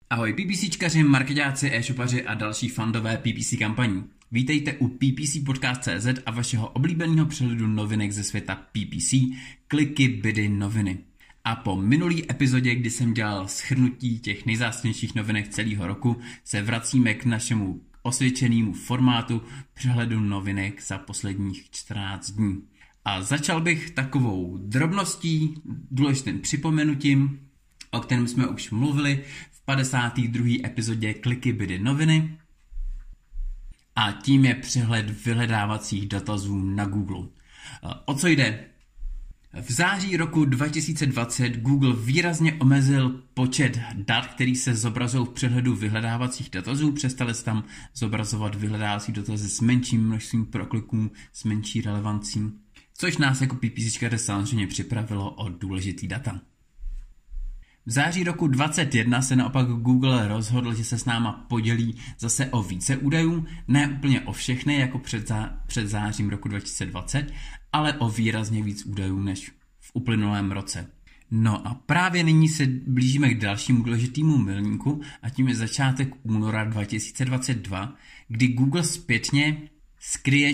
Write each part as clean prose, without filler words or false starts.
Ahoj PPCčkaři, marketáci, e-shopaři a další fandové PPC kampaní. Vítejte u ppcpodcast.cz a vašeho oblíbeného přehledu novinek ze světa PPC, kliky, bidy, noviny. A po minulý epizodě, kdy jsem dělal shrnutí těch nejzásadnějších novinek celého roku, se vracíme k našemu osvědčenému formátu přehledu novinek za posledních 14 dní. A začal bych takovou drobností, důležitým připomenutím, o kterém jsme už mluvili v 52. epizodě Kliky, bidy, noviny. A tím je přehled vyhledávacích dotazů na Google. O co jde? V září roku 2020 Google výrazně omezil počet dat, který se zobrazují v přehledu vyhledávacích dotazů. Přestali se tam zobrazovat vyhledávací dotazy s menším množstvím prokliků, s menší relevancí, což nás jako PPCčkaře samozřejmě připravilo o důležitý data. V září roku 2021 se naopak Google rozhodl, že se s náma podělí zase o více údajů, ne úplně o všechny jako před zářím roku 2020, ale o výrazně víc údajů než v uplynulém roce. No a právě nyní se blížíme k dalšímu důležitému milníku a tím je začátek února 2022, kdy Google zpětně skryje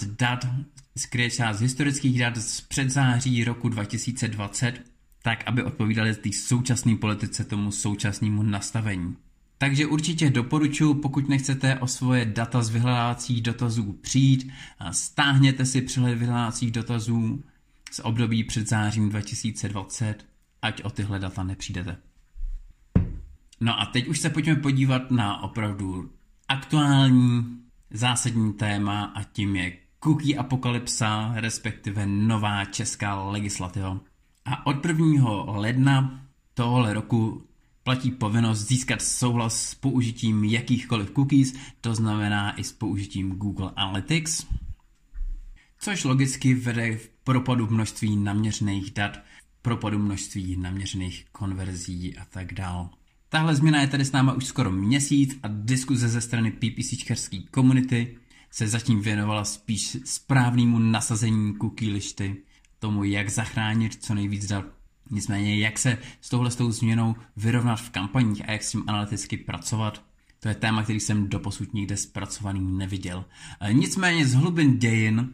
část historických dat z předzáří roku 2020, tak, aby odpovídali té současné politice, tomu současnému nastavení. Takže určitě doporučuji, pokud nechcete o svoje data z vyhledávacích dotazů přijít, stáhněte si přehled vyhledávacích dotazů z období před zářím 2020, ať o tyhle data nepřijdete. No a teď už se pojďme podívat na opravdu aktuální zásadní téma a tím je cookie apokalypsa, respektive nová česká legislativa. A od 1. ledna tohoto roku platí povinnost získat souhlas s použitím jakýchkoliv cookies, to znamená i s použitím Google Analytics, což logicky vede v propadu množství naměřených dat, propadu množství naměřených konverzí a tak dál. Tahle změna je tady s náma už skoro měsíc a diskuze ze strany PPCčkarské komunity se zatím věnovala spíš správnému nasazení cookie lišty, tomu, jak zachránit co nejvíc dat. Nicméně, jak se s touhletou změnou vyrovnat v kampaních a jak s tím analyticky pracovat, to je téma, který jsem doposud nikde zpracovaný neviděl. Nicméně z hlubin dějin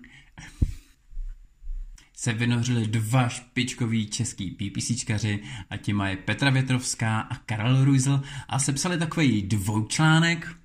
se vynořili dva špičkoví český PPCčkaři a těma je Petra Větrovská a Karel Ruizl a sepsali takový dvoučlánek,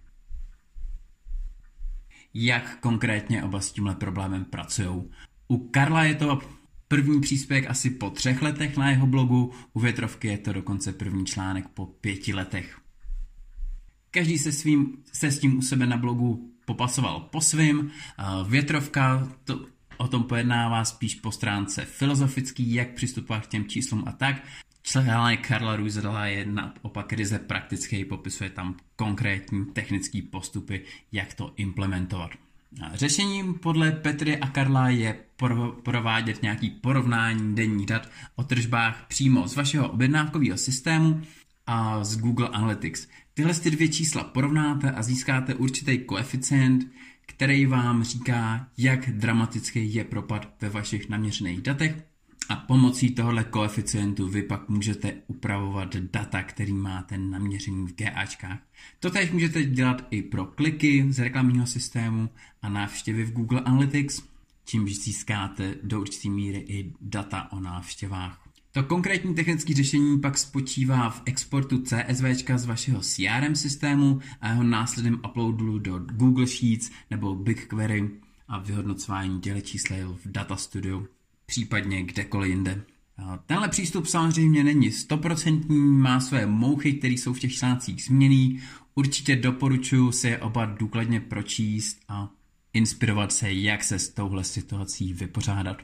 jak konkrétně oba s tímhle problémem pracujou. U Karla je to první příspěvek asi po 3 letech na jeho blogu, u Větrovky je to dokonce první článek po 5 letech. Každý se s tím u sebe na blogu popasoval po svým. Větrovka o tom pojednává spíš po stránce filozofický, jak přistupovat k těm číslům a tak. Článek Karla Ruizla je naopak ryze praktický, popisuje tam konkrétní technické postupy, jak to implementovat. Řešením podle Petry a Karla je provádět nějaký porovnání denních dat o tržbách přímo z vašeho objednávkového systému a z Google Analytics. Tyhle dvě čísla porovnáte a získáte určitý koeficient, který vám říká, jak dramatický je propad ve vašich naměřených datech a pomocí tohohle koeficientu vy pak můžete upravovat data, který máte naměřený v GAčkách. Totéž můžete dělat i pro kliky z reklamního systému a návštěvy v Google Analytics, čímž získáte do určité míry i data o návštěvách. To konkrétní technické řešení pak spočívá v exportu CSVčka z vašeho CRM systému a jeho následném uploadu do Google Sheets nebo BigQuery a vyhodnocování čísel v Data Studio, případně kdekoliv jinde. Tenhle přístup samozřejmě není 100%, má své mouchy, které jsou v těch článcích změněný. Určitě doporučuji si je oba důkladně pročíst a inspirovat se, jak se s touhle situací vypořádat.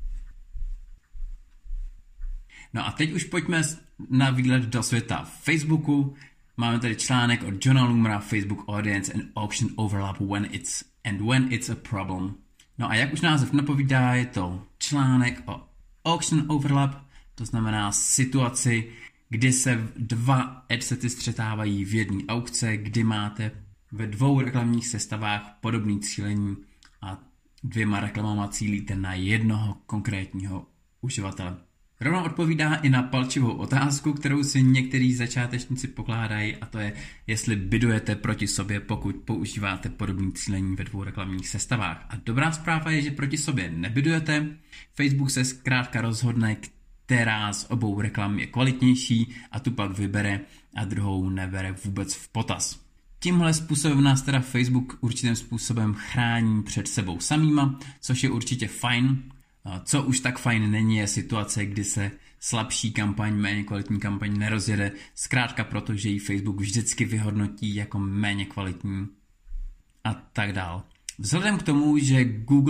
No a teď už pojďme na výlet do světa Facebooku. Máme tady článek od Johna Loomera, Facebook Audience and Auction Overlap when it's a problem. No a jak už název napovídá, je to článek o auction overlap, to znamená situaci, kdy se dva adsety střetávají v jedné aukce, kdy máte ve 2 reklamních sestavách podobné cílení a 2 reklamama cílíte na jednoho konkrétního uživatele. Rovnou odpovídá i na palčivou otázku, kterou si některý začátečníci pokládají, a to je, jestli bidujete proti sobě, pokud používáte podobné cílení ve 2 reklamních sestavách. A dobrá zpráva je, že proti sobě nebidujete. Facebook se zkrátka rozhodne, která z obou reklam je kvalitnější a tu pak vybere a druhou nebere vůbec v potaz. Tímhle způsobem nás teda Facebook určitým způsobem chrání před sebou samýma, což je určitě fajn. Co už tak fajn není, je situace, kdy se slabší kampaň, méně kvalitní kampaň nerozjede, zkrátka proto, že ji Facebook vždycky vyhodnotí jako méně kvalitní a tak dál. Vzhledem k tomu, že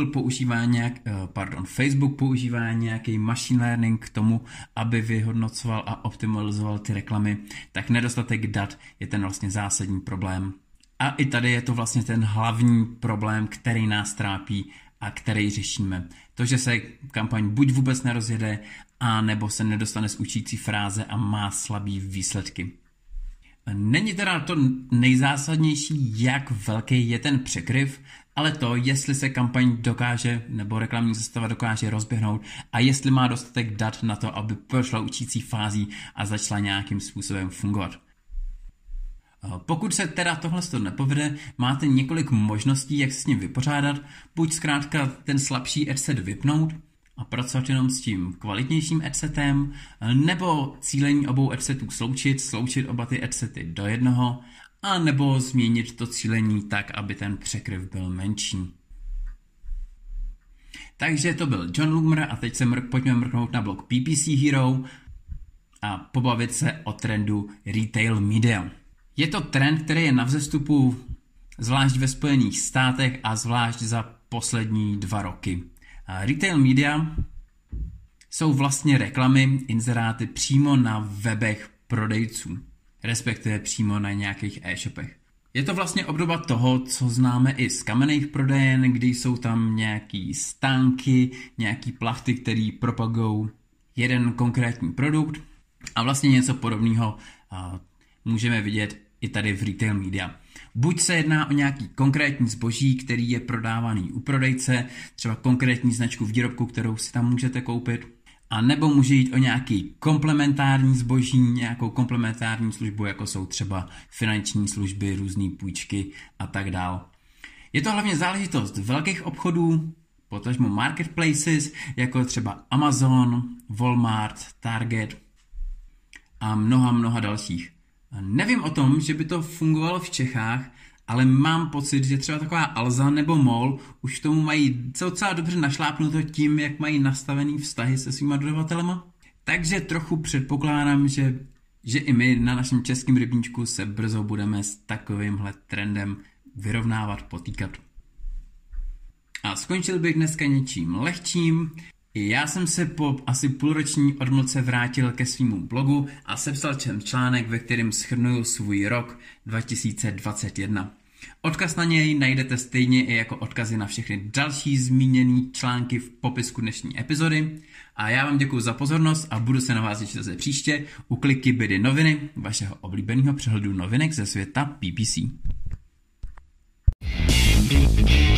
Facebook používá nějaký machine learning k tomu, aby vyhodnocoval a optimalizoval ty reklamy, tak nedostatek dat je ten vlastně zásadní problém. A i tady je to vlastně ten hlavní problém, který nás trápí a který řešíme. To, že se kampaň buď vůbec nerozjede, a nebo se nedostane z učící fráze a má slabý výsledky. Není teda to nejzásadnější, jak velký je ten překryv, ale to, jestli se kampaň dokáže, nebo reklamní sestava dokáže rozběhnout a jestli má dostatek dat na to, aby prošla učící fází a začala nějakým způsobem fungovat. Pokud se teda tohle nepovede, máte několik možností, jak se s ním vypořádat. Buď zkrátka ten slabší adset vypnout a pracovat jenom s tím kvalitnějším adsetem, nebo cílení obou adsetů sloučit oba ty adsety do jednoho, a nebo změnit to cílení tak, aby ten překryv byl menší. Takže to byl John Loomer a teď se pojďme mrknout na blog PPC Hero a pobavit se o trendu retail media. Je to trend, který je na vzestupu zvlášť ve Spojených státech a zvlášť za poslední 2 roky. Retail media jsou vlastně reklamy, inzeráty přímo na webech prodejců, respektive přímo na nějakých e-shopech. Je to vlastně obdoba toho, co známe i z kamenných prodejen, kdy jsou tam nějaký stánky, nějaký plachty, který propagují jeden konkrétní produkt, a vlastně něco podobného můžeme vidět i tady v retail media. Buď se jedná o nějaký konkrétní zboží, který je prodávaný u prodejce, třeba konkrétní značku výrobku, kterou si tam můžete koupit, a nebo může jít o nějaký komplementární zboží, nějakou komplementární službu, jako jsou třeba finanční služby, různé půjčky a tak dál. Je to hlavně záležitost velkých obchodů, potažmo marketplaces, jako třeba Amazon, Walmart, Target a mnoha dalších. Nevím o tom, že by to fungovalo v Čechách, ale mám pocit, že třeba taková Alza nebo MOL už tomu mají docela dobře našlápnuto tím, jak mají nastavený vztahy se svýma dodavatelema. Takže trochu předpokládám, že i my na našem českém rybníčku se brzo budeme s takovýmhle trendem vyrovnávat, potýkat. A skončil bych dneska něčím lehčím. Já jsem se po asi půlroční odmlce vrátil ke svému blogu a sepsal článek, ve kterém shrnuju svůj rok 2021. Odkaz na něj najdete stejně i jako odkazy na všechny další zmíněné články v popisku dnešní epizody. A já vám děkuji za pozornost a budu se na vás těšit zase příště u Kliky Bidy noviny, vašeho oblíbeného přehledu novinek ze světa PPC.